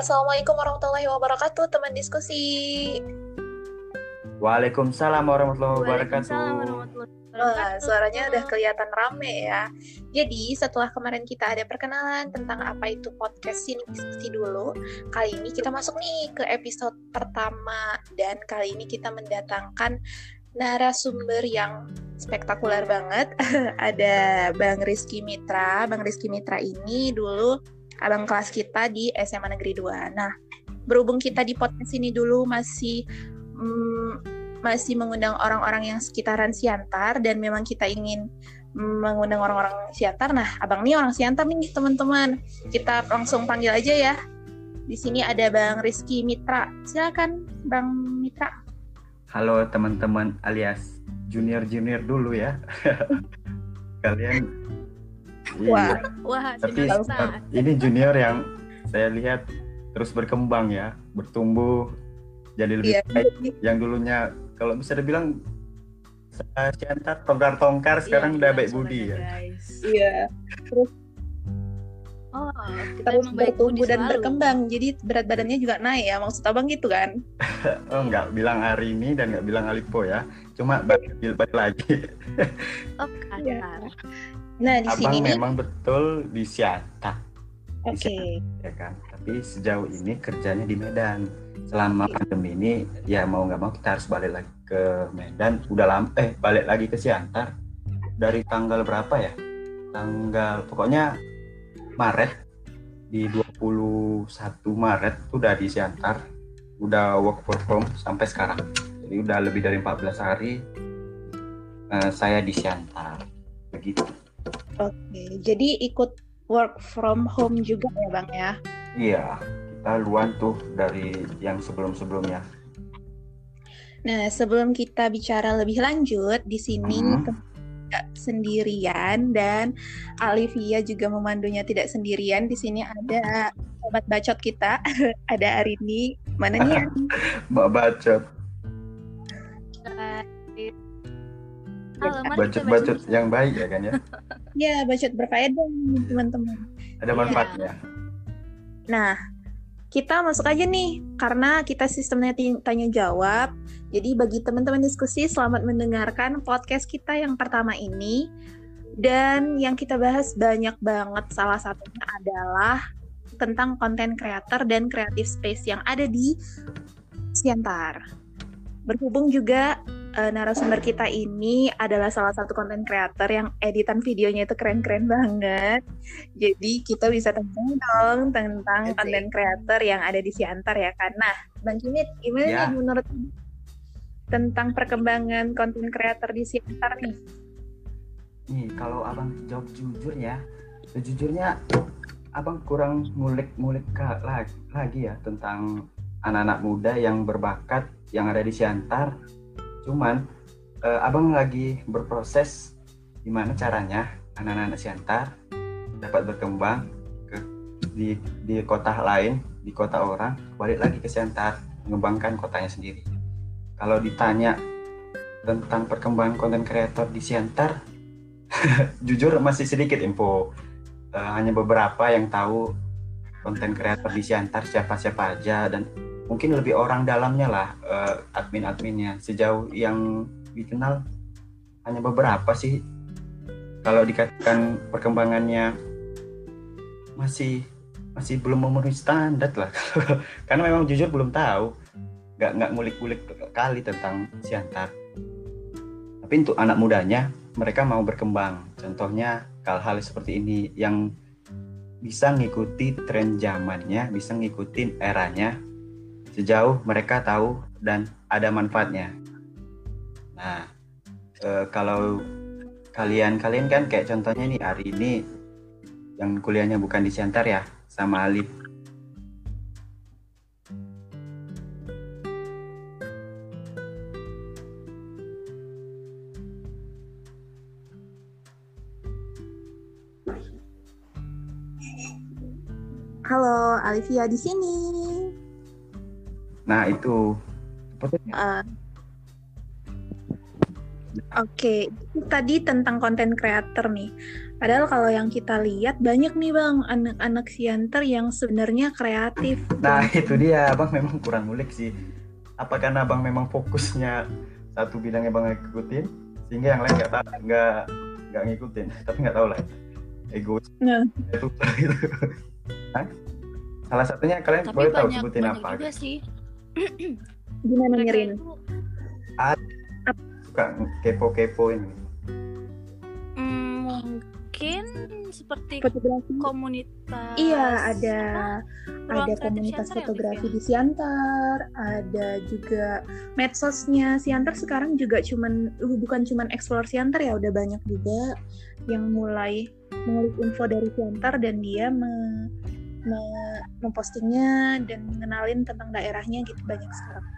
Assalamualaikum warahmatullahi wabarakatuh, teman diskusi. Waalaikumsalam warahmatullahi wabarakatuh. Waalaikumsalam warahmatullahi Wah, wabarakatuh. suaranya udah kelihatan rame ya. Jadi setelah kemarin kita ada perkenalan tentang apa itu podcast Sini Diskusi dulu, kali ini kita masuk nih ke episode pertama. Dan kali ini kita mendatangkan narasumber yang spektakuler banget. Ada Bang Rizky Mitra. Bang Rizky Mitra ini dulu abang kelas kita di SMA Negeri 2. Nah, berhubung kita di podcast ini dulu masih mengundang orang-orang yang sekitaran Siantar, dan memang kita ingin mengundang orang-orang Siantar. Nah, abang nih orang Siantar nih, teman-teman. Kita langsung panggil aja ya. Di sini ada Bang Rizky Mitra. Silakan, Bang Mitra. Halo teman-teman alias junior-junior dulu ya. Kalian Wah. Wah, tapi sudah ini junior yang saya lihat terus berkembang ya, bertumbuh jadi lebih baik. Yang dulunya kalau bisa dibilang Siantar tongkar-tongkar, sekarang udah baik budi ya. Iya. Terus Kita terus emang baik bertumbuh budi dan selalu. berkembang. Jadi berat badannya juga naik ya, maksud abang gitu kan? Oh, nggak bilang hari ini dan nggak bilang Alipo ya. Cuma balik lagi. Oh, kasar. Nah, di Abang sini nih. memang betul di Siantar. Oke. Ya kan, tapi sejauh ini kerjanya di Medan. Selama pandemi ini ya mau nggak mau kita harus balik lagi ke Medan. Udah lama balik lagi ke Siantar dari tanggal berapa ya, pokoknya Maret, di 21 Maret udah di Siantar, udah work from home sampai sekarang. Jadi udah lebih dari 14 hari saya di Siantar begitu. Oke, jadi ikut work from home juga ya Bang ya? Iya, kita luan tuh dari yang sebelum-sebelumnya. Nah, sebelum kita bicara lebih lanjut, di sini tidak sendirian, dan Alivia juga memandunya tidak sendirian. Di sini ada sobat bacot kita, ada Arini. Mana nih Arini? Mbak Bacot. Halo, mari kita Bacot-bacot bersama. yang baik ya kan ya. Ya, bacot berfaedah nih teman-teman. Ada manfaatnya. Nah, kita masuk aja nih, karena kita sistemnya tanya jawab. Jadi bagi teman-teman diskusi, selamat mendengarkan podcast kita yang pertama ini. Dan yang kita bahas banyak banget, salah satunya adalah tentang konten creator dan creative space yang ada di Siantar. Berhubung juga narasumber kita ini adalah salah satu konten creator yang editan videonya itu keren-keren banget. Jadi kita bisa tanya dong tentang konten creator yang ada di Siantar ya kan. Nah, Bang Kimit, gimana Ya. nih menurut tentang perkembangan konten creator di Siantar nih? Nih, kalau abang jawab jujur ya, sejujurnya abang kurang ngulik-ngulik lagi ya tentang anak-anak muda yang berbakat yang ada di Siantar. Cuman abang lagi berproses gimana caranya anak-anak Siantar dapat berkembang di kota lain, di kota orang, balik lagi ke Siantar, mengembangkan kotanya sendiri. Kalau ditanya tentang perkembangan konten kreator di Siantar, jujur masih sedikit info. Hanya beberapa yang tahu konten kreator di Siantar siapa-siapa aja, dan mungkin lebih orang dalamnya lah, admin-adminnya. Sejauh yang dikenal hanya beberapa sih. Kalau dikatakan perkembangannya masih belum memenuhi standar lah. Karena memang jujur belum tahu, nggak ngulik-ngulik kali tentang Siantar. Tapi untuk anak mudanya, mereka mau berkembang. Contohnya hal-hal seperti ini yang bisa ngikuti tren zamannya, bisa ngikutin eranya, sejauh mereka tahu dan ada manfaatnya. Nah, kalau kalian kan kayak contohnya nih hari ini yang kuliahnya bukan di Siantar ya, sama Alif. Halo, Alivia di sini. Nah itu Oke, itu tadi tentang konten creator nih. Padahal kalau yang kita lihat banyak nih Bang, anak-anak siantar yang sebenarnya kreatif. Nah, itu dia, Abang memang kurang ngulik sih. Apa karena Abang memang fokusnya satu bidangnya Bang ngikutin, sehingga yang lain nggak ngikutin. Tapi nggak tahu lah. Egois. Nah, Itu gitu. Hah? Salah satunya kalian Tapi boleh tahu banyak sebutin apa? juga sih. gimana Mereka Nyirin? itu Suka kepo-kepo ini. mungkin seperti Fotografi. komunitas. Iya, ada Ruang kreatif komunitas Siantar ya, fotografi Viv, ya? di Siantar, ada juga medsosnya Siantar sekarang juga bukan cuman explore Siantar ya, udah banyak juga yang mulai mengulik info dari Siantar dan dia mempostingnya dan mengenalin tentang daerahnya gitu, banyak sekarang.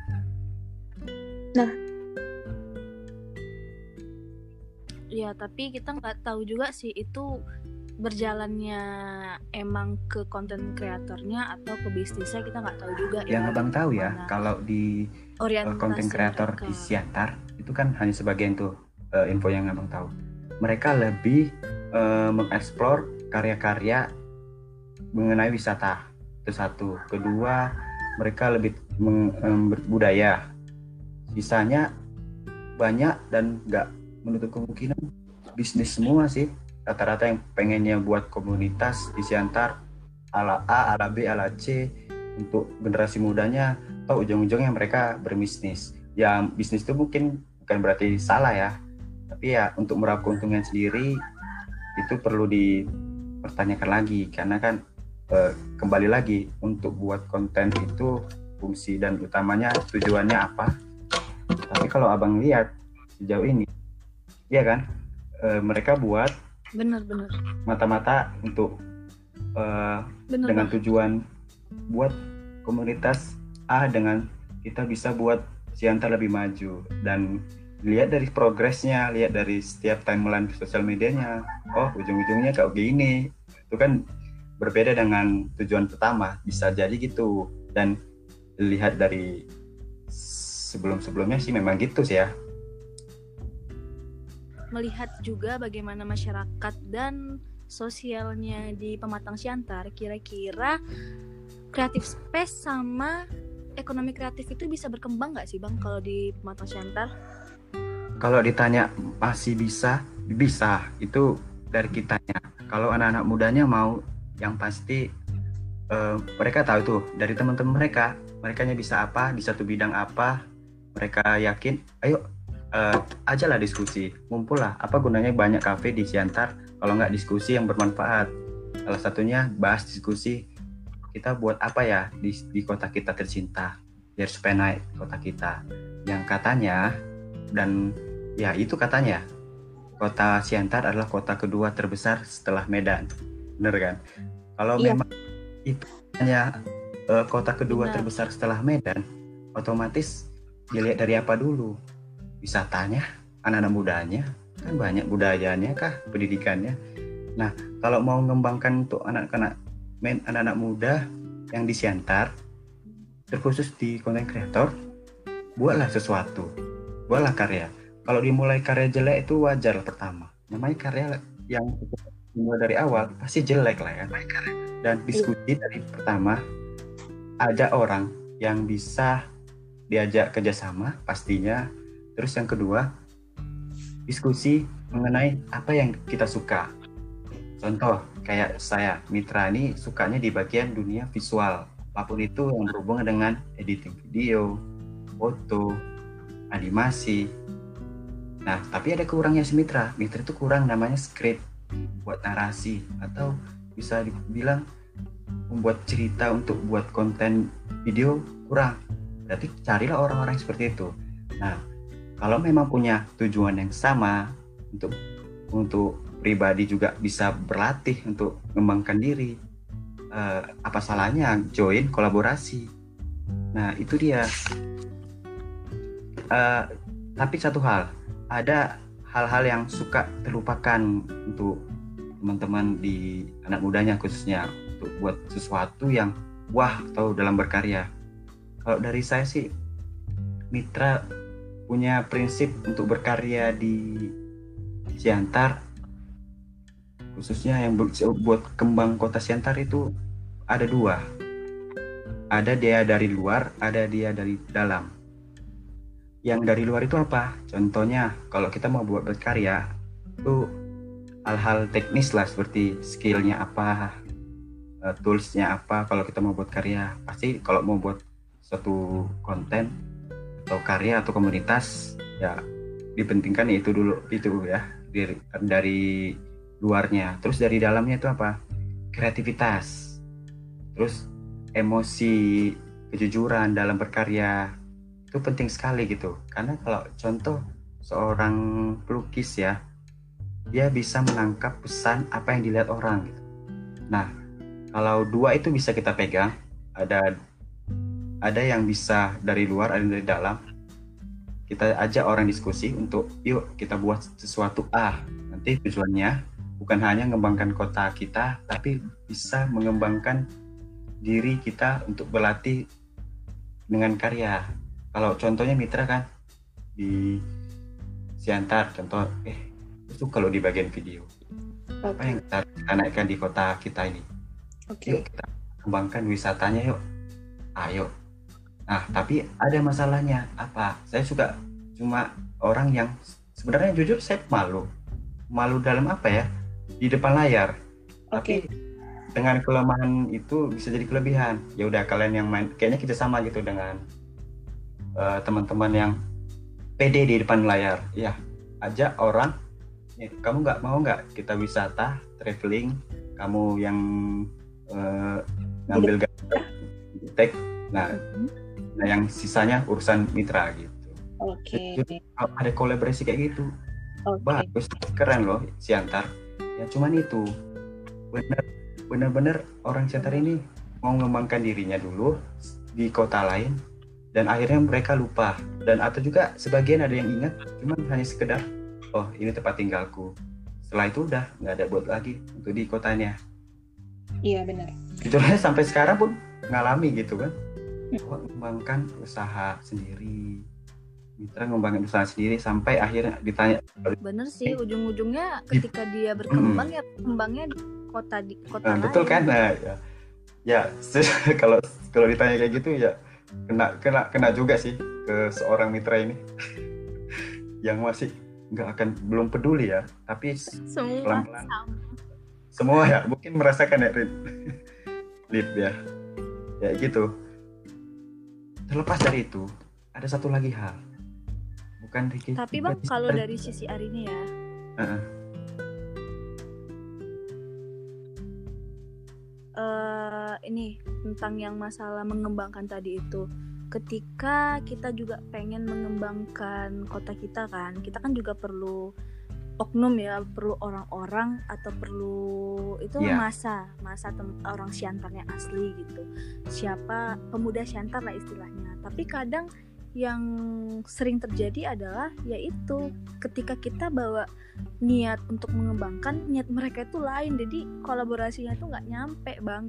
Ya, tapi kita nggak tahu juga sih itu berjalannya emang ke konten kreatornya atau ke bisnisnya, kita nggak tahu juga Yang ya. Abang tahu ya, Mana kalau di orientasi konten kreator mereka. di Siantar itu kan hanya sebagian tuh info yang Abang tahu. Mereka lebih mengeksplor karya-karya mengenai wisata. Itu satu. Kedua, mereka lebih berbudaya. Sisanya banyak dan nggak menutup kemungkinan bisnis semua sih. Rata-rata yang pengennya buat komunitas di Siantar ala A, ala B, ala C untuk generasi mudanya, atau ujung-ujungnya mereka berbisnis. Ya bisnis itu mungkin bukan berarti salah ya, tapi ya untuk meraup keuntungan sendiri itu perlu dipertanyakan lagi, karena kan kembali lagi untuk buat konten itu fungsi dan utamanya tujuannya apa. Tapi kalau Abang lihat sejauh ini, ya kan, mereka buat Bener. mata-mata untuk Bener dengan Bang. tujuan buat komunitas A, dengan kita bisa buat Siantar lebih maju. Dan lihat dari progresnya, lihat dari setiap timeline sosial medianya, oh ujung-ujungnya kayak gini. Itu kan berbeda dengan tujuan pertama, bisa jadi gitu. Dan lihat dari sebelum-sebelumnya sih memang gitu sih ya. Melihat juga bagaimana masyarakat dan sosialnya di Pematang Siantar, kira-kira kreatif space sama ekonomi kreatif itu bisa berkembang nggak sih Bang kalau di Pematang Siantar? Kalau ditanya masih bisa itu dari kitanya. Kalau anak-anak mudanya mau, yang pasti mereka tahu tuh dari teman-teman mereka bisa apa di satu bidang apa, mereka yakin, ayo ajalah diskusi, ngumpul lah. Apa gunanya banyak kafe di Siantar kalau nggak diskusi yang bermanfaat? Salah satunya bahas diskusi, kita buat apa ya di kota kita tercinta, biar supaya naik kota kita. Yang katanya, dan ya itu katanya, kota Siantar adalah kota kedua terbesar setelah Medan. Bener kan? Kalau memang itu hanya kota kedua terbesar setelah Medan, otomatis dilihat dari apa dulu? Wisatanya, anak-anak mudanya, kan banyak budayanya kah, pendidikannya. Nah, kalau mau mengembangkan untuk anak-anak muda yang di Siantar, terkhusus di konten kreator, buatlah sesuatu, buatlah karya. Kalau dimulai karya jelek itu wajar pertama. Namanya karya yang dimulai dari awal pasti jelek lah ya. Dan diskusi dari pertama, ada orang yang bisa diajak kerjasama pastinya. Terus yang kedua, diskusi mengenai apa yang kita suka. Contoh, kayak saya, Mitra ini sukanya di bagian dunia visual. Apapun itu yang berhubungan dengan editing video, foto, animasi. Nah, tapi ada kurangnya si Mitra. Mitra itu kurang namanya script, buat narasi. Atau bisa dibilang membuat cerita untuk buat konten video kurang. Berarti carilah orang-orang seperti itu. Nah, kalau memang punya tujuan yang sama, untuk pribadi juga bisa berlatih untuk mengembangkan diri, apa salahnya join kolaborasi. Nah itu dia. Tapi satu hal, ada hal-hal yang suka terlupakan untuk teman-teman di anak mudanya, khususnya untuk buat sesuatu yang wah atau dalam berkarya. Kalau dari saya sih, Mitra punya prinsip untuk berkarya di Siantar, khususnya yang buat kembang kota Siantar itu ada 2. Ada dia dari luar, ada dia dari dalam. Yang dari luar itu apa? Contohnya kalau kita mau buat berkarya itu hal-hal teknis lah, seperti skillnya apa, toolsnya apa. Kalau kita mau buat karya, pasti kalau mau buat suatu konten atau karya atau komunitas, ya dipentingkan itu dulu, itu ya, dari luarnya. Terus dari dalamnya itu apa? Kreativitas, terus emosi, kejujuran dalam berkarya. Itu penting sekali gitu. Karena kalau contoh seorang pelukis ya, dia bisa menangkap pesan apa yang dilihat orang gitu. Nah, kalau 2 itu bisa kita pegang, ada yang bisa dari luar, ada yang dari dalam. Kita ajak orang diskusi untuk yuk kita buat sesuatu nanti tujuannya bukan hanya mengembangkan kota kita, tapi bisa mengembangkan diri kita untuk berlatih dengan karya. Kalau contohnya Mitra kan di Siantar, contoh itu kalau di bagian video apa yang kita naikkan di kota kita ini, yuk kita kembangkan wisatanya yuk, ayo. Nah, tapi ada masalahnya apa? Saya suka cuma orang yang sebenarnya jujur saya malu dalam apa ya, di depan layar. Tapi dengan kelemahan itu bisa jadi kelebihan. Ya udah, kalian yang main kayaknya kita sama gitu dengan teman-teman yang pede di depan layar. Ya, ajak orang, kamu mau nggak kita wisata, traveling, kamu yang ngambil gambar, tag. Nah, yang sisanya urusan Mitra gitu. Jadi ada kolaborasi kayak gitu. Bagus, keren loh Siantar. Ya cuman itu benar-benar orang Siantar ini mau mengembangkan dirinya dulu di kota lain, dan akhirnya mereka lupa. Dan atau juga sebagian ada yang ingat cuman hanya sekedar ini tempat tinggalku. Setelah itu udah nggak ada buat lagi untuk di kotanya. Iya benar. Jujurnya sampai sekarang pun ngalami gitu kan. Mengembangkan usaha sendiri, Mitra ngembangin usaha sendiri sampai akhirnya ditanya. Bener sih, ujung-ujungnya ketika dia berkembang ya kembangnya di kota lain. Betul kan? Nah, ya kalau ditanya kayak gitu ya kena juga sih ke seorang Mitra ini yang masih belum peduli ya, tapi pelan-pelan semua ya mungkin merasakan ya Lip ya gitu. Terlepas dari itu, ada satu lagi hal. Bukan Ricky. Tapi Bang, kalau dari sisi Arini ya. Ini tentang yang masalah mengembangkan tadi itu. Ketika kita juga pengen mengembangkan kota kita kan juga perlu oknum ya, perlu orang-orang atau perlu itu masa orang Siantarnya asli gitu. Siapa pemuda Siantar lah istilahnya. Tapi kadang yang sering terjadi adalah yaitu ketika kita bawa niat untuk mengembangkan, niat mereka itu lain, jadi kolaborasinya tuh nggak nyampe Bang.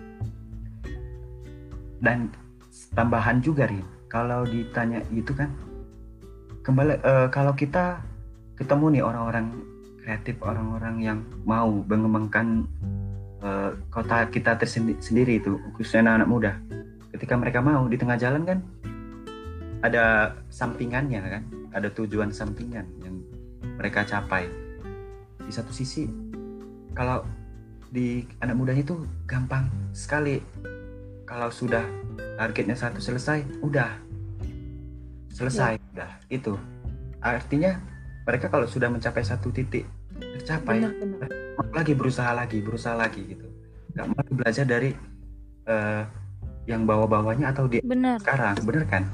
Dan tambahan juga Rin, kalau ditanya gitu kan kembali kalau kita ketemu nih orang-orang kreatif, orang-orang yang mau mengembangkan kota kita tersendiri itu, khususnya anak-anak muda. Ketika mereka mau, di tengah jalan kan ada sampingannya kan, ada tujuan sampingan yang mereka capai. Di satu sisi, kalau di anak mudanya itu gampang sekali. Kalau sudah targetnya satu selesai, udah selesai, udah itu. Artinya mereka kalau sudah mencapai satu titik tercapai, lagi berusaha lagi gitu. Gak mau belajar dari yang bawah-bawahnya atau di sekarang, bener kan?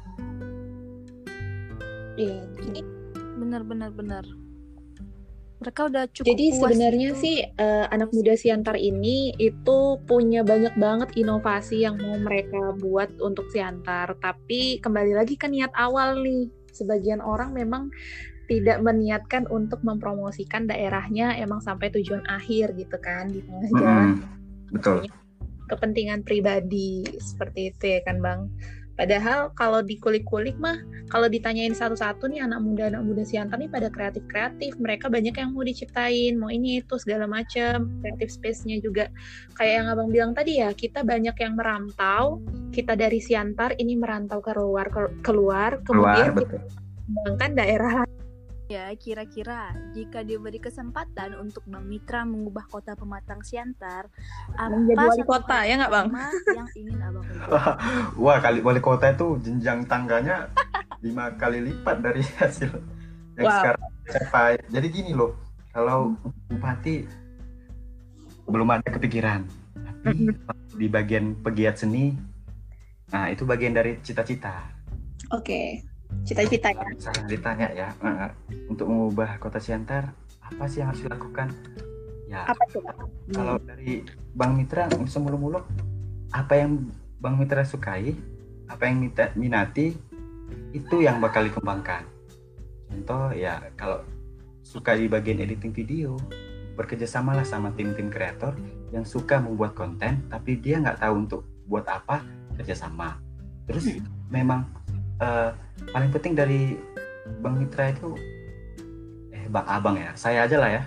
Iya, jadi benar. Mereka udah cukup. Jadi sebenarnya sih anak muda Siantar ini itu punya banyak banget inovasi yang mau mereka buat untuk Siantar. Tapi kembali lagi ke niat awal nih. Sebagian orang memang tidak meniatkan untuk mempromosikan daerahnya emang sampai tujuan akhir gitu kan, di tengah jalan. Betul. Kepentingan pribadi seperti itu ya kan Bang. Padahal kalau dikulik-kulik mah, kalau ditanyain satu-satu nih anak muda Siantar nih pada kreatif-kreatif. Mereka banyak yang mau diciptain, mau ini itu segala macam. Kreatif space-nya juga kayak yang abang bilang tadi ya, kita banyak yang merantau. Kita dari Siantar ini merantau keluar, kemudian kita mengembangkan daerah. Ya, kira-kira jika diberi kesempatan untuk Bang Mitra mengubah kota Pematang Siantar, menjadi apa wali satu kota hal ya nggak Bang? pertama yang ingin Abang ubah? Wah, kali wali kota itu jenjang tangganya 5 kali lipat dari hasil yang sekarang capai. Jadi gini loh, kalau bupati belum ada kepikiran, tapi di bagian pegiat seni, nah itu bagian dari cita-cita. Oke. Cita-cita ya. Saya ditanya ya, untuk mengubah kota Siantar, apa sih yang harus dilakukan? Ya, Apa itu? kalau dari Bang Mitra semuluk-muluk, apa yang Bang Mitra sukai, apa yang minati, itu yang bakal dikembangkan. Contoh ya, kalau suka di bagian editing video, bekerjasamalah sama tim-tim kreator yang suka membuat konten, tapi dia nggak tahu untuk buat apa, kerjasama. Terus memang paling penting dari Bang Mitra itu Bang Abang ya, saya aja lah ya.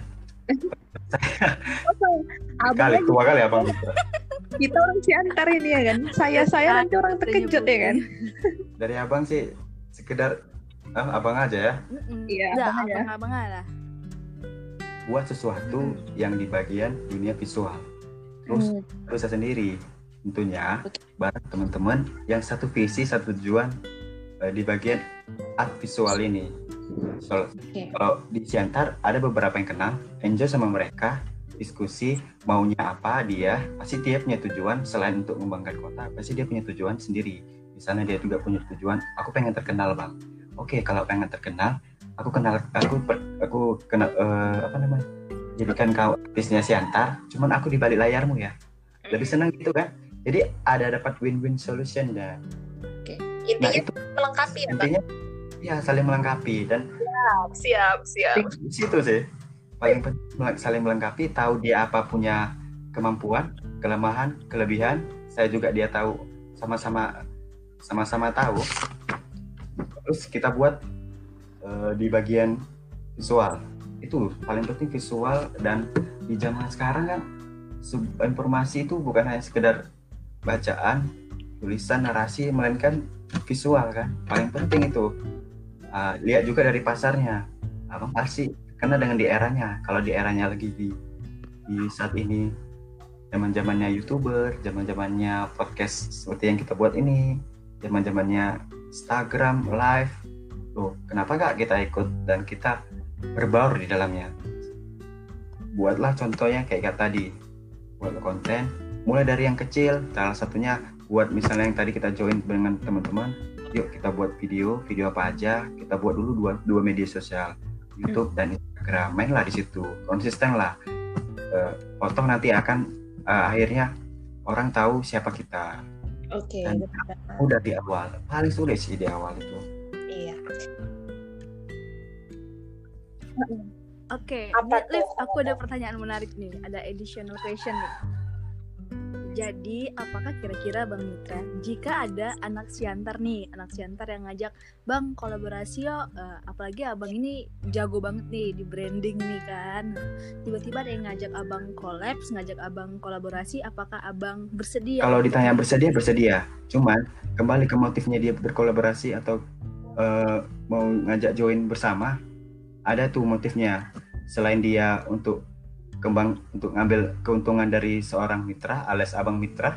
Abang Tua kali ya Bang Mitra. kita orang Siantar ini ya kan. Saya nanti orang terkejut ya kan. Dari Abang sih sekedar Abang aja ya. Iya, abang lah. Buat sesuatu yang di bagian dunia visual. Terus saya sendiri tentunya bareng teman-teman yang satu visi, satu tujuan di bagian art visual ini. Kalau di Siantar ada beberapa yang kenal, enjoy sama mereka, diskusi maunya apa dia, pasti dia punya tujuan selain untuk mengembangkan kota, pasti dia punya tujuan sendiri. Misalnya dia juga punya tujuan, aku pengen terkenal Bang. Oke, kalau pengen terkenal, aku kenal jadikan kau artisnya Siantar, cuman aku di balik layarmu ya. Lebih senang gitu kan? Jadi ada dapat win-win solution ya. Intinya itu melengkapi ya, intinya ya saling melengkapi dan siap. di situ sih paling penting, saling melengkapi, tahu dia apa punya kemampuan, kelemahan, kelebihan, saya juga dia tahu, sama-sama tahu, terus kita buat di bagian visual. Itu paling penting, visual. Dan di zaman sekarang kan informasi itu bukan hanya sekedar bacaan, tulisan, narasi, melainkan visual kan, paling penting itu. Lihat juga dari pasarnya, Abang pasti karena dengan di eranya, kalau di eranya lagi di saat ini zaman-zamannya YouTuber, zaman-zamannya podcast seperti yang kita buat ini, zaman-zamannya Instagram live, loh kenapa gak kita ikut dan kita berbaur di dalamnya. Buatlah contohnya kayak tadi, buat konten mulai dari yang kecil, salah satunya buat misalnya yang tadi kita join dengan teman-teman, yuk kita buat video apa aja, kita buat dulu dua media sosial, YouTube dan Instagram, mainlah di situ, konsisten lah. Foto nanti akan akhirnya orang tahu siapa kita. Oke. Dan udah di awal, paling sulit sih di awal itu. Iya. Oke, Liv, aku ada pertanyaan menarik nih, ada additional question nih. Jadi, apakah kira-kira Bang Mitra, jika ada anak Siantar yang ngajak, Bang kolaborasi yuk, apalagi Abang ini jago banget nih di branding nih kan, tiba-tiba ada yang ngajak Abang collabs, ngajak Abang kolaborasi, apakah Abang bersedia? Kalau ditanya bersedia, cuman kembali ke motifnya dia berkolaborasi atau mau ngajak join bersama, ada tuh motifnya, selain dia untuk ngambil keuntungan dari seorang mitra alias Abang Mitra.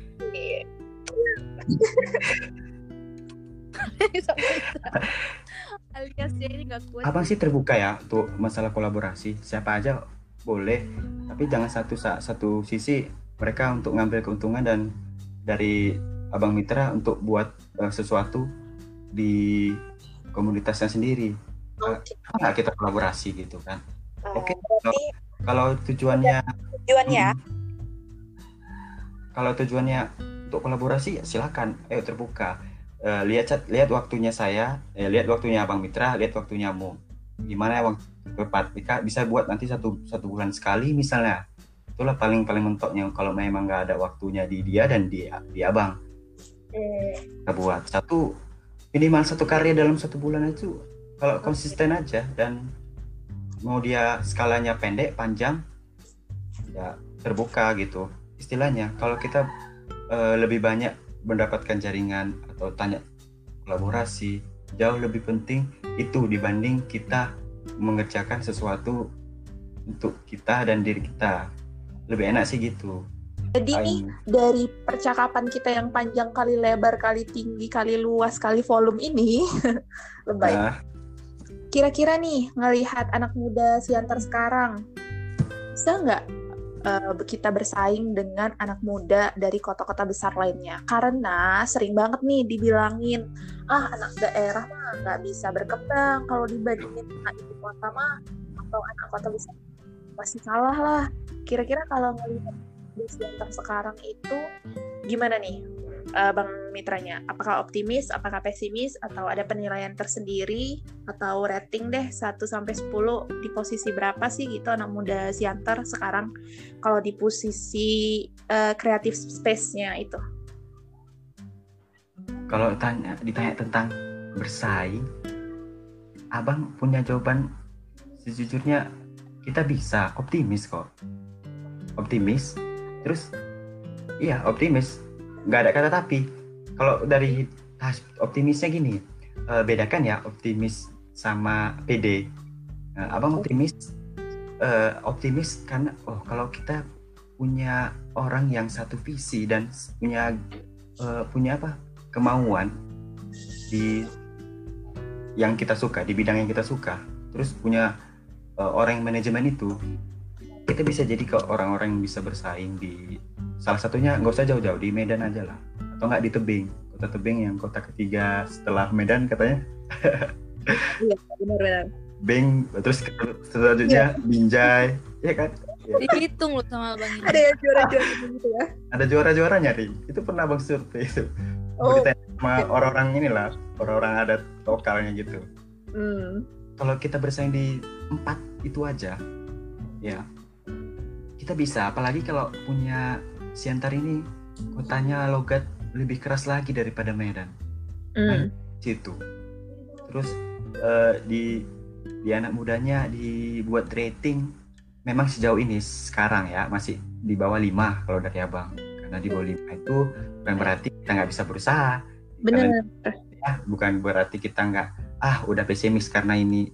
Alias dia ini gak kuat. Abang sih terbuka ya untuk masalah kolaborasi, siapa aja boleh, tapi jangan satu sisi mereka untuk ngambil keuntungan dan dari Abang Mitra untuk buat sesuatu di komunitasnya sendiri. Nggak kita kolaborasi gitu kan? Oke. Kalau tujuannya kalau tujuannya untuk kolaborasi, silakan, ayo terbuka. Lihat waktunya saya, lihat waktunya Abang Mitra, lihat waktunya Mu. Gimana yang tepat? Bisa buat nanti satu bulan sekali misalnya. Itulah paling mentoknya kalau memang nggak ada waktunya di dia dan di Abang. kita buat minimal satu karya dalam 1 bulan itu kalau konsisten aja, dan mau dia skalanya pendek panjang ya terbuka gitu istilahnya. Kalau kita lebih banyak mendapatkan jaringan atau tanya kolaborasi, jauh lebih penting itu dibanding kita mengerjakan sesuatu untuk kita dan diri kita. Lebih enak sih gitu. Jadi nih dari percakapan kita yang panjang kali lebar kali tinggi kali luas kali volume ini lebay. Kira-kira nih ngelihat anak muda Siantar sekarang, bisa nggak kita bersaing dengan anak muda dari kota-kota besar lainnya? Karena sering banget nih dibilangin, anak daerah mah nggak bisa berkembang kalau dibandingin anak ibu kota mah atau anak kota besar pasti kalah lah. Kira-kira kalau ngelihat di Siantar sekarang itu gimana nih Bang Mitranya? Apakah optimis, apakah pesimis, atau ada penilaian tersendiri atau rating deh 1-10 di posisi berapa sih gitu anak muda Siantar sekarang kalau di posisi creative space-nya itu? Kalau ditanya tentang bersaing, Abang punya jawaban sejujurnya kita bisa, optimis kok. Optimis. Terus iya optimis, nggak ada kata tapi. Kalau dari optimisnya gini, bedakan ya optimis sama pede. Abang optimis karena kalau kita punya orang yang satu visi dan punya kemauan di yang kita suka, di bidang yang kita suka, terus punya orang yang manajemen itu, kita bisa jadi ke orang-orang yang bisa bersaing di salah satunya, nggak usah jauh-jauh, di Medan aja lah, atau nggak di Tebing, kota Tebing yang kota ketiga setelah Medan katanya. Iya benar-benar. Beng, terus selanjutnya Binjai, ya kan? Dihitung loh sama Bang. Ada yang juara-juara gitu ya? Ada juara-juaranya Ri. Itu pernah Bang survei itu. Ditanya sama orang-orang inilah, orang-orang adat lokalnya gitu. Kalau kita bersaing di 4 itu aja, ya kita bisa. Apalagi kalau punya Siantar ini kotanya logat lebih keras lagi daripada Medan. Situ. Terus di anak mudanya dibuat rating, memang sejauh ini sekarang ya masih di bawah 5 kalau dari Abang. Karena di bawah 5 itu bukan berarti kita nggak bisa berusaha. Benar. Bukan berarti kita nggak udah pesimis karena ini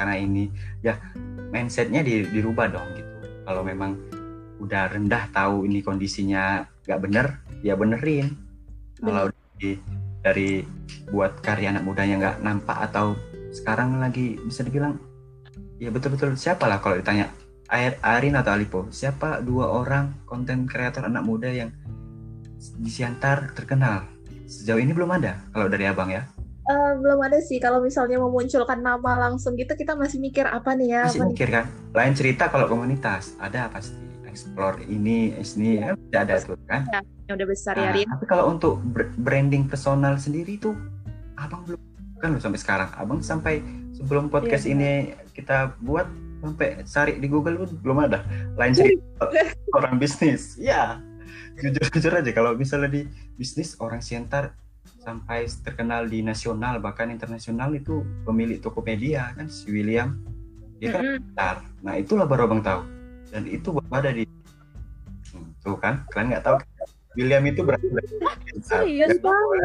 ya, mindsetnya dirubah dong gitu. Kalau memang udah rendah, tahu ini kondisinya nggak bener, ya benerin. Kalau dari buat karya anak mudanya nggak nampak, atau sekarang lagi bisa dibilang ya betul-betul siapa lah kalau ditanya Arin atau Alipo, siapa 2 orang konten kreator anak muda yang di Siantar terkenal? Sejauh ini belum ada kalau dari Abang ya. Belum ada sih. Kalau misalnya memunculkan nama langsung gitu, kita masih mikir apa nih ya? Masih mikir kan? Lain cerita kalau komunitas, ada pasti explore ini ya, tidak ada tuh kan? Ya, yang udah besar ya Rin. Tapi kalau untuk branding personal sendiri tuh, Abang belum kan loh sampai sekarang. Abang sampai sebelum podcast ini kita buat, sampai cari di Google pun belum ada. Lain cerita orang bisnis. Ya, jujur aja kalau misalnya di bisnis orang Siantar sampai terkenal di nasional bahkan internasional itu pemilik Tokopedia kan, si William, dia kan Siantar. Nah itulah baru Abang tahu, dan itu ada di tuh kan, kalian nggak tahu William itu berarti serius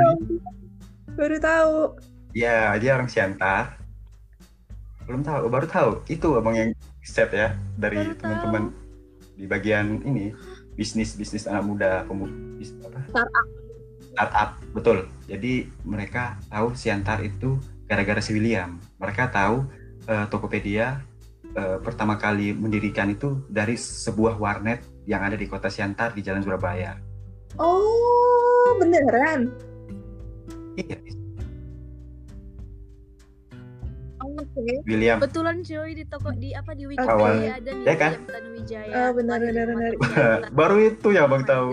baru tahu. Ya dia orang Siantar. Belum tahu, baru tahu. Itu Abang yang set ya dari teman-teman di bagian ini bisnis anak muda, startup, betul. Jadi mereka tahu Siantar itu gara-gara si William. Mereka tahu Tokopedia pertama kali mendirikan itu dari sebuah warnet yang ada di kota Siantar di Jalan Surabaya. Oh, beneran? Iya. Okay. William. Betulan cuy, di Wikipedia ada nih ya kan? William Tanuwijaya. Benar. Baru itu ya Bang tahu.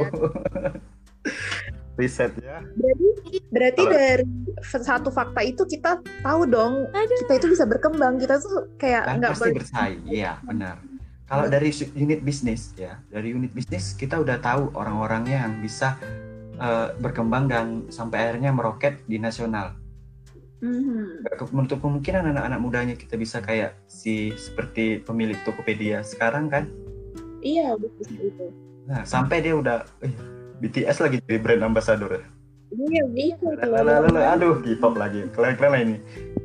Riset ya. Berarti dari satu fakta itu kita tahu dong, kita itu bisa berkembang, kita tuh kayak nggak pasti bersaing. Iya benar. Kalau dari unit bisnis ya, dari unit bisnis kita udah tahu orang-orangnya yang bisa berkembang dan sampai akhirnya meroket di nasional. Menutup kemungkinan anak-anak mudanya kita bisa kayak seperti pemilik Tokopedia sekarang kan. Iya, betul. Nah, sampai dia udah BTS lagi jadi brand ambassador. Iya, bisa. Aduh, K-pop lagi. Keren-keren ini.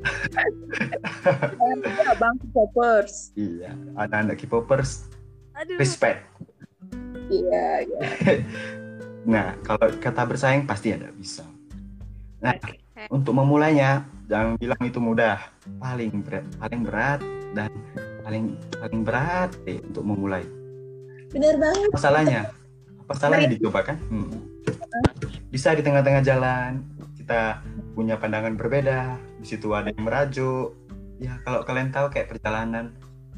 Bang K-popers. Iya, anak-anak K-popers. Aduh. Respect. Iya. Nah, kalau kata bersaing pasti ada bisa. Nah, untuk memulainya jangan bilang itu mudah. Paling berat dan paling berat untuk memulai. Benar banget. Apa salahnya dicoba kan? Bisa di tengah-tengah jalan kita punya pandangan berbeda, di situ ada yang merajuk. Ya kalau kalian tahu kayak perjalanan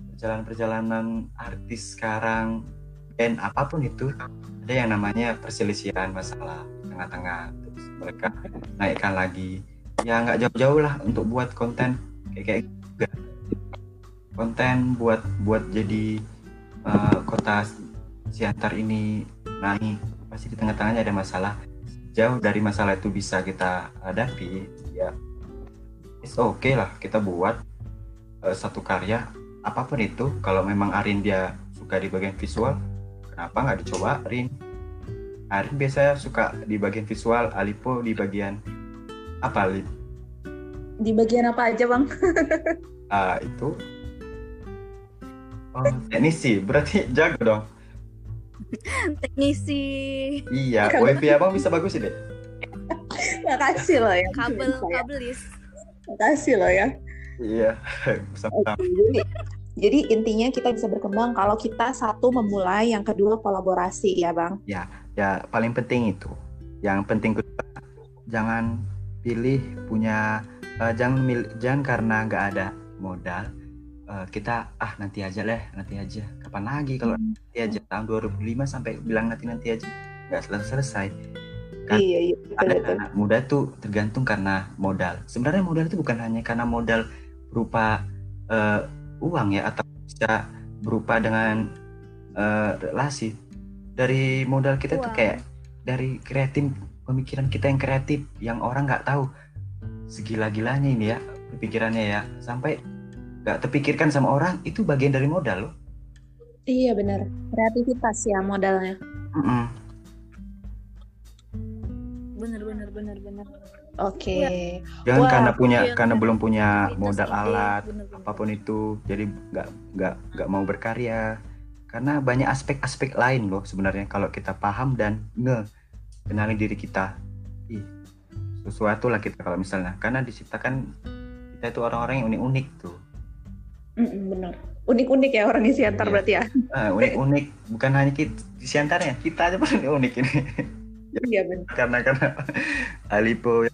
artis sekarang dan apapun itu ada yang namanya perselisihan masalah di tengah-tengah, terus mereka naikkan lagi. Ya nggak jauh-jauh lah untuk buat konten kayak juga. Konten buat jadi kota Siantar ini naik, pasti di tengah-tengahnya ada masalah. Jauh dari masalah itu bisa kita hadapi, ya it's okay lah kita buat satu karya apapun itu. Kalau memang Arin dia suka di bagian visual, kenapa nggak dicoba Arin? Arin biasanya suka di bagian visual, Alipo di bagian apa, Lip? Di bagian apa aja, Bang? Itu teknisi, berarti jago dong. Teknisi. Iya, WiFi abang bisa bagus deh. Makasih loh ya. Kabelis. Makasih loh ya. Iya, sama-sama. Jadi intinya kita bisa berkembang kalau kita satu memulai, yang kedua kolaborasi ya Bang. Ya paling penting itu. Yang penting kedua, jangan pilih punya jangan karena nggak ada modal kita nanti aja kapan lagi, kalau nanti aja tahun 2005 sampai bilang nanti aja nggak selesai kan. Iya, betul. Anak muda tuh tergantung karena modal. Sebenarnya modal itu bukan hanya karena modal berupa uang ya, atau bisa berupa dengan relasi. Dari modal kita tuh kayak dari kreatif, pemikiran kita yang kreatif yang orang nggak tahu segila-gilanya ini ya pikirannya ya, sampai nggak terpikirkan sama orang, itu bagian dari modal loh. Iya benar, kreativitas ya modalnya. Benar. Oke. Jangan karena belum punya modal alat apapun itu, jadi nggak mau berkarya. Karena banyak aspek-aspek lain loh sebenarnya kalau kita paham dan kenali diri kita. Sesuatu lah kita kalau misalnya, karena diciptakan kita itu orang-orang yang unik-unik tuh. Benar. Unik-unik ya orang di Siantar berarti ya. Unik, bukan hanya kita di Siantar ya, kita aja paling unik ini. Iya benar. Karena Alipo.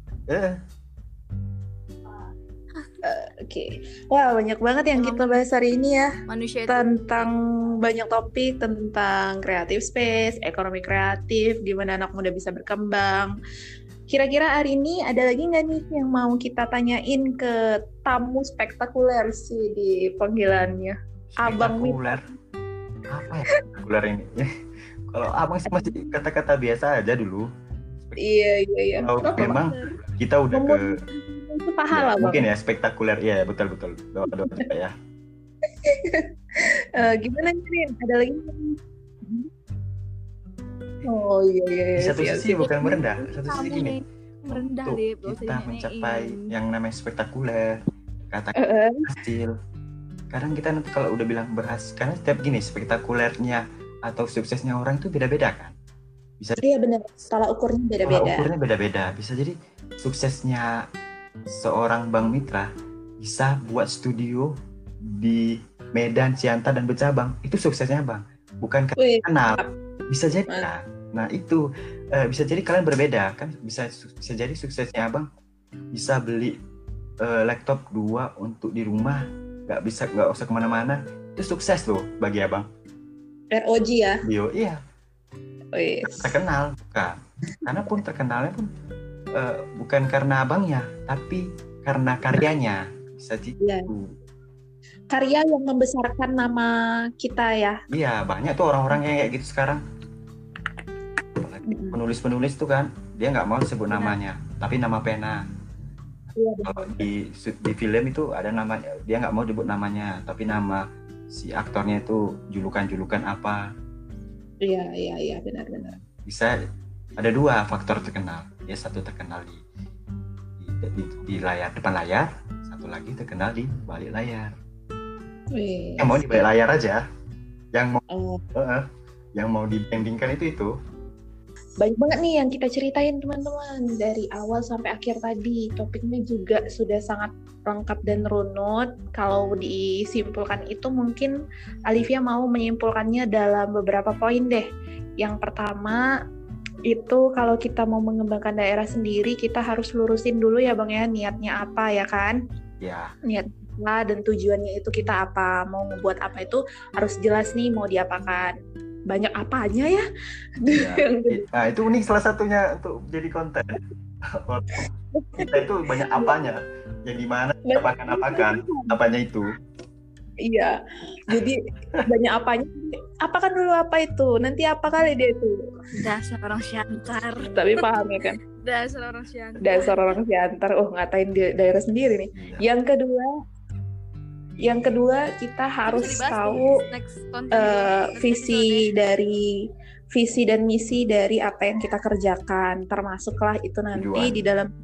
Oke. Wah, banyak banget yang kita bahas hari ini ya. Manusia itu tentang banyak topik tentang kreatif space, ekonomi kreatif, di mana anak muda bisa berkembang. Kira-kira hari ini ada lagi nggak nih yang mau kita tanyain ke tamu spektakuler sih di panggilannya? Abang Spektakuler? Apa ya spektakuler ini? Kalau abang sih masih kata-kata biasa aja dulu. Iya. Kalau memang kita udah ke itu pahala ya, mungkin ya spektakuler, ya betul. Doa ya. Gimana nih? Ada lagi? Oh iya. Di satu sisi bukan merendah, satu sisi gini. Merendah untuk kita mencapai yang namanya spektakuler, kata hasil. Kadang kita nanti kalau udah bilang berhasil, karena setiap gini spektakulernya atau suksesnya orang itu beda-beda kan. Iya benar. Skala ukurnya beda-beda. Bisa jadi suksesnya seorang Bang Mitra bisa buat studio di Medan, Siantar dan bercabang. Itu suksesnya Bang. Bukan kenal. Bisa jadi. Nah itu bisa jadi kalian berbeda kan. Bisa jadi suksesnya Abang bisa beli laptop 2 untuk di rumah, nggak usah kemana-mana. Itu sukses loh bagi Abang. ROG ya? Iya. Terkenal kan. Karena pun terkenalnya pun bukan karena abangnya, tapi karena karyanya. Bisa gitu. Ya. Karya yang membesarkan nama kita ya. Iya, banyak tuh orang-orang yang kayak gitu sekarang. penulis tuh kan dia nggak mau sebut namanya, tapi nama pena. Iya, Kalau di film itu ada namanya, dia nggak mau disebut namanya, tapi nama si aktornya itu julukan apa. Iya, benar. Bisa ada 2 faktor terkenal. Ya satu terkenal di layar, depan layar, satu lagi terkenal di balik layar. Yang mau di balik layar aja, yang mau dibandingkan itu. Banyak banget nih yang kita ceritain teman-teman dari awal sampai akhir tadi. Topiknya juga sudah sangat lengkap dan runut. Kalau disimpulkan itu mungkin Alivia mau menyimpulkannya dalam beberapa poin deh. Yang pertama itu kalau kita mau mengembangkan daerah sendiri, kita harus lurusin dulu ya Bang ya, niatnya apa ya kan? Ya. Niat apa dan tujuannya itu kita apa, mau ngebuat apa itu harus jelas nih mau diapakan. Banyak apanya ya. Nah itu nih salah satunya untuk jadi konten. Kita itu banyak apanya, yang dimana apakan apanya itu. Iya, jadi banyak apanya. Apakan dulu apa itu, nanti apa kali dia itu. Dasar orang Siantar. Tapi paham ya kan? Dasar orang Siantar. Oh ngatain daerah sendiri nih. Iya. Yang kedua kita harus tahu visi dan misi dari apa yang kita kerjakan, termasuklah itu nanti di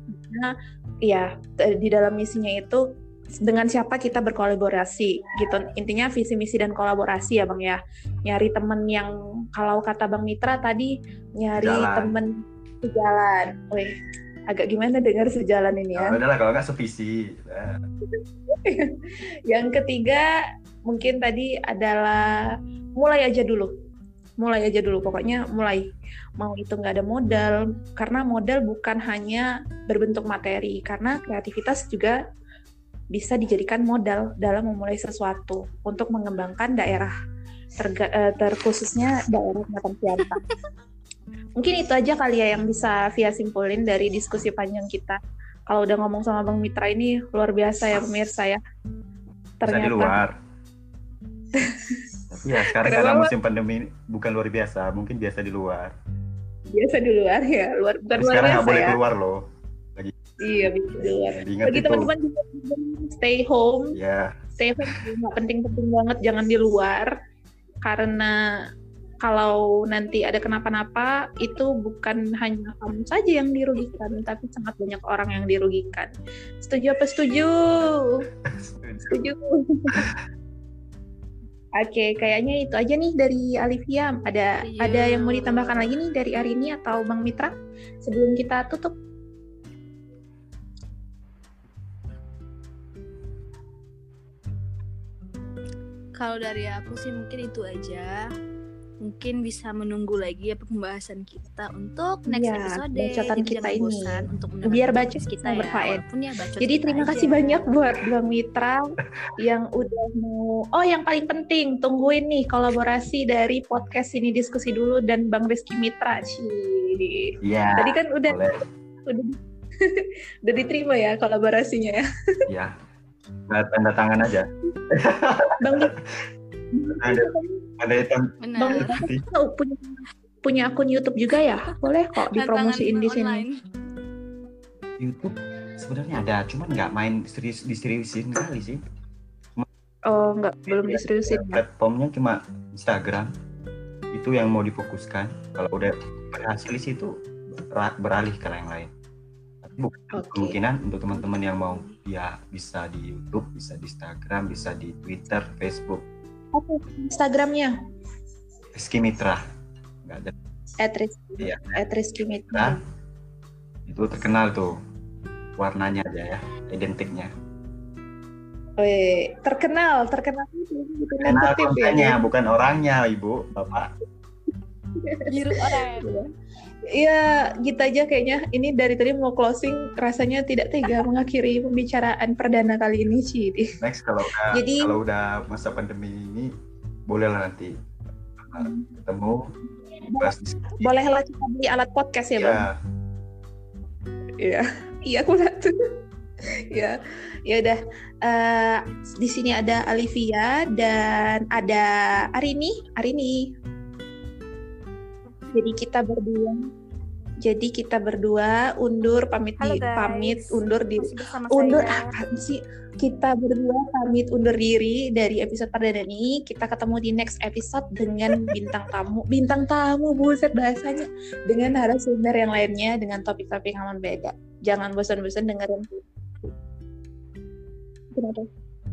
dalam misinya itu dengan siapa kita berkolaborasi gitu. Intinya visi misi dan kolaborasi ya Bang ya. Nyari temen yang kalau kata Bang Mitra tadi nyari temen sejalan. Wih, agak gimana dengar sejalan ini ya. Udahlah kalau nggak sevisi. Yang ketiga mungkin tadi adalah mulai aja dulu pokoknya mulai. Mau itu nggak ada modal, karena modal bukan hanya berbentuk materi, karena kreativitas juga bisa dijadikan modal dalam memulai sesuatu untuk mengembangkan daerah terkhususnya daerah Batam Siantar. Mungkin itu aja kali ya yang bisa Via simpulin dari diskusi panjang kita. Kalau udah ngomong sama Bang Mitra ini luar biasa ya pemirsa ya. Ternyata bisa di luar. Ya sekarang karena musim pandemi bukan luar biasa, mungkin biasa di luar. Biasa di luar ya, bukan luar biasa. Sekarang nggak boleh keluar loh. Iya, bisa di luar. Bagi teman-teman juga stay home. Yeah. Stay home nggak penting-penting banget, jangan di luar. Karena kalau nanti ada kenapa-napa, itu bukan hanya kamu saja yang dirugikan, tapi sangat banyak orang yang dirugikan. Setuju apa setuju? Setuju. Oke, kayaknya itu aja nih dari Alivia. Ada yang mau ditambahkan lagi nih dari Arini atau Bang Mitra sebelum kita tutup? Kalau dari aku sih mungkin itu aja. Mungkin bisa menunggu lagi ya pembahasan kita untuk next episode. Bacotan kita ini. Untuk biar baca kita ya. Jadi terima kasih banyak buat Bang Mitra yang udah mau. Oh, yang paling penting tungguin nih kolaborasi dari podcast ini diskusi dulu dan Bang Rizky Mitra sih. Iya. Tadi kan udah udah diterima ya kolaborasinya ya. Iya. Tanda tangan aja. Bang ada Bang punya akun YouTube juga ya? Boleh kok dipromosiin di sini. YouTube sebenarnya ada, cuman nggak main diseriusin kali sih. Oh, belum diseriusin. Platformnya cuma Instagram. Itu yang mau difokuskan. Kalau udah berhasil di situ beralih ke yang lain. Tapi kemungkinan untuk teman-teman yang mau ya bisa di YouTube, bisa di Instagram, bisa di Twitter, Facebook. Apa Instagramnya? Rizky Mitra. Nggak ada. @Rizky Mitra. Itu terkenal tuh. Warnanya aja ya, identiknya. Terkenal kontennya, bukan orangnya, Ibu, Bapak. Biru orang. Iya, gitu aja kayaknya. Ini dari tadi mau closing, rasanya tidak tega mengakhiri pembicaraan perdana kali ini, Ci. Next kalau udah masa pandemi ini, bolehlah nanti ketemu. Bolehlah kita beli alat podcast ya, Bang? Iya, aku lihat tuh. Ya udah. Di sini ada Alivia dan ada Arini. Jadi kita berdua undur pamit Halo pamit guys, undur diri. masih bersama Undur saya. apaan sih? Kita berdua pamit undur diri dari episode perdana ini. Kita ketemu di next episode dengan bintang tamu, buset bahasanya, dengan narasumber yang lainnya dengan topik-topik yang berbeda. Jangan bosan-bosan dengerin. Kenapa?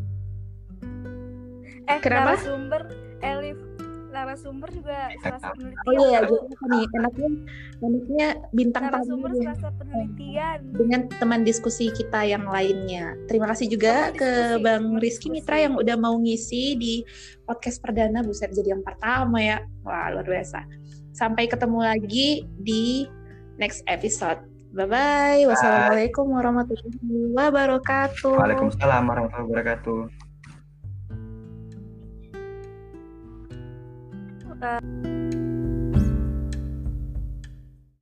Kenapa? narasumber juga serasa penelitian. Oh iya, jadi nih enaknya bintang tamu Narasumber serasa penelitian. dengan teman diskusi kita yang lainnya. Terima kasih juga ke Bang Rizky Mitra yang udah mau ngisi di podcast perdana. Buset, jadi yang pertama ya. Wah, luar biasa. Sampai ketemu lagi di next episode. Bye-bye. Wassalamualaikum warahmatullahi wabarakatuh. Waalaikumsalam warahmatullahi wabarakatuh.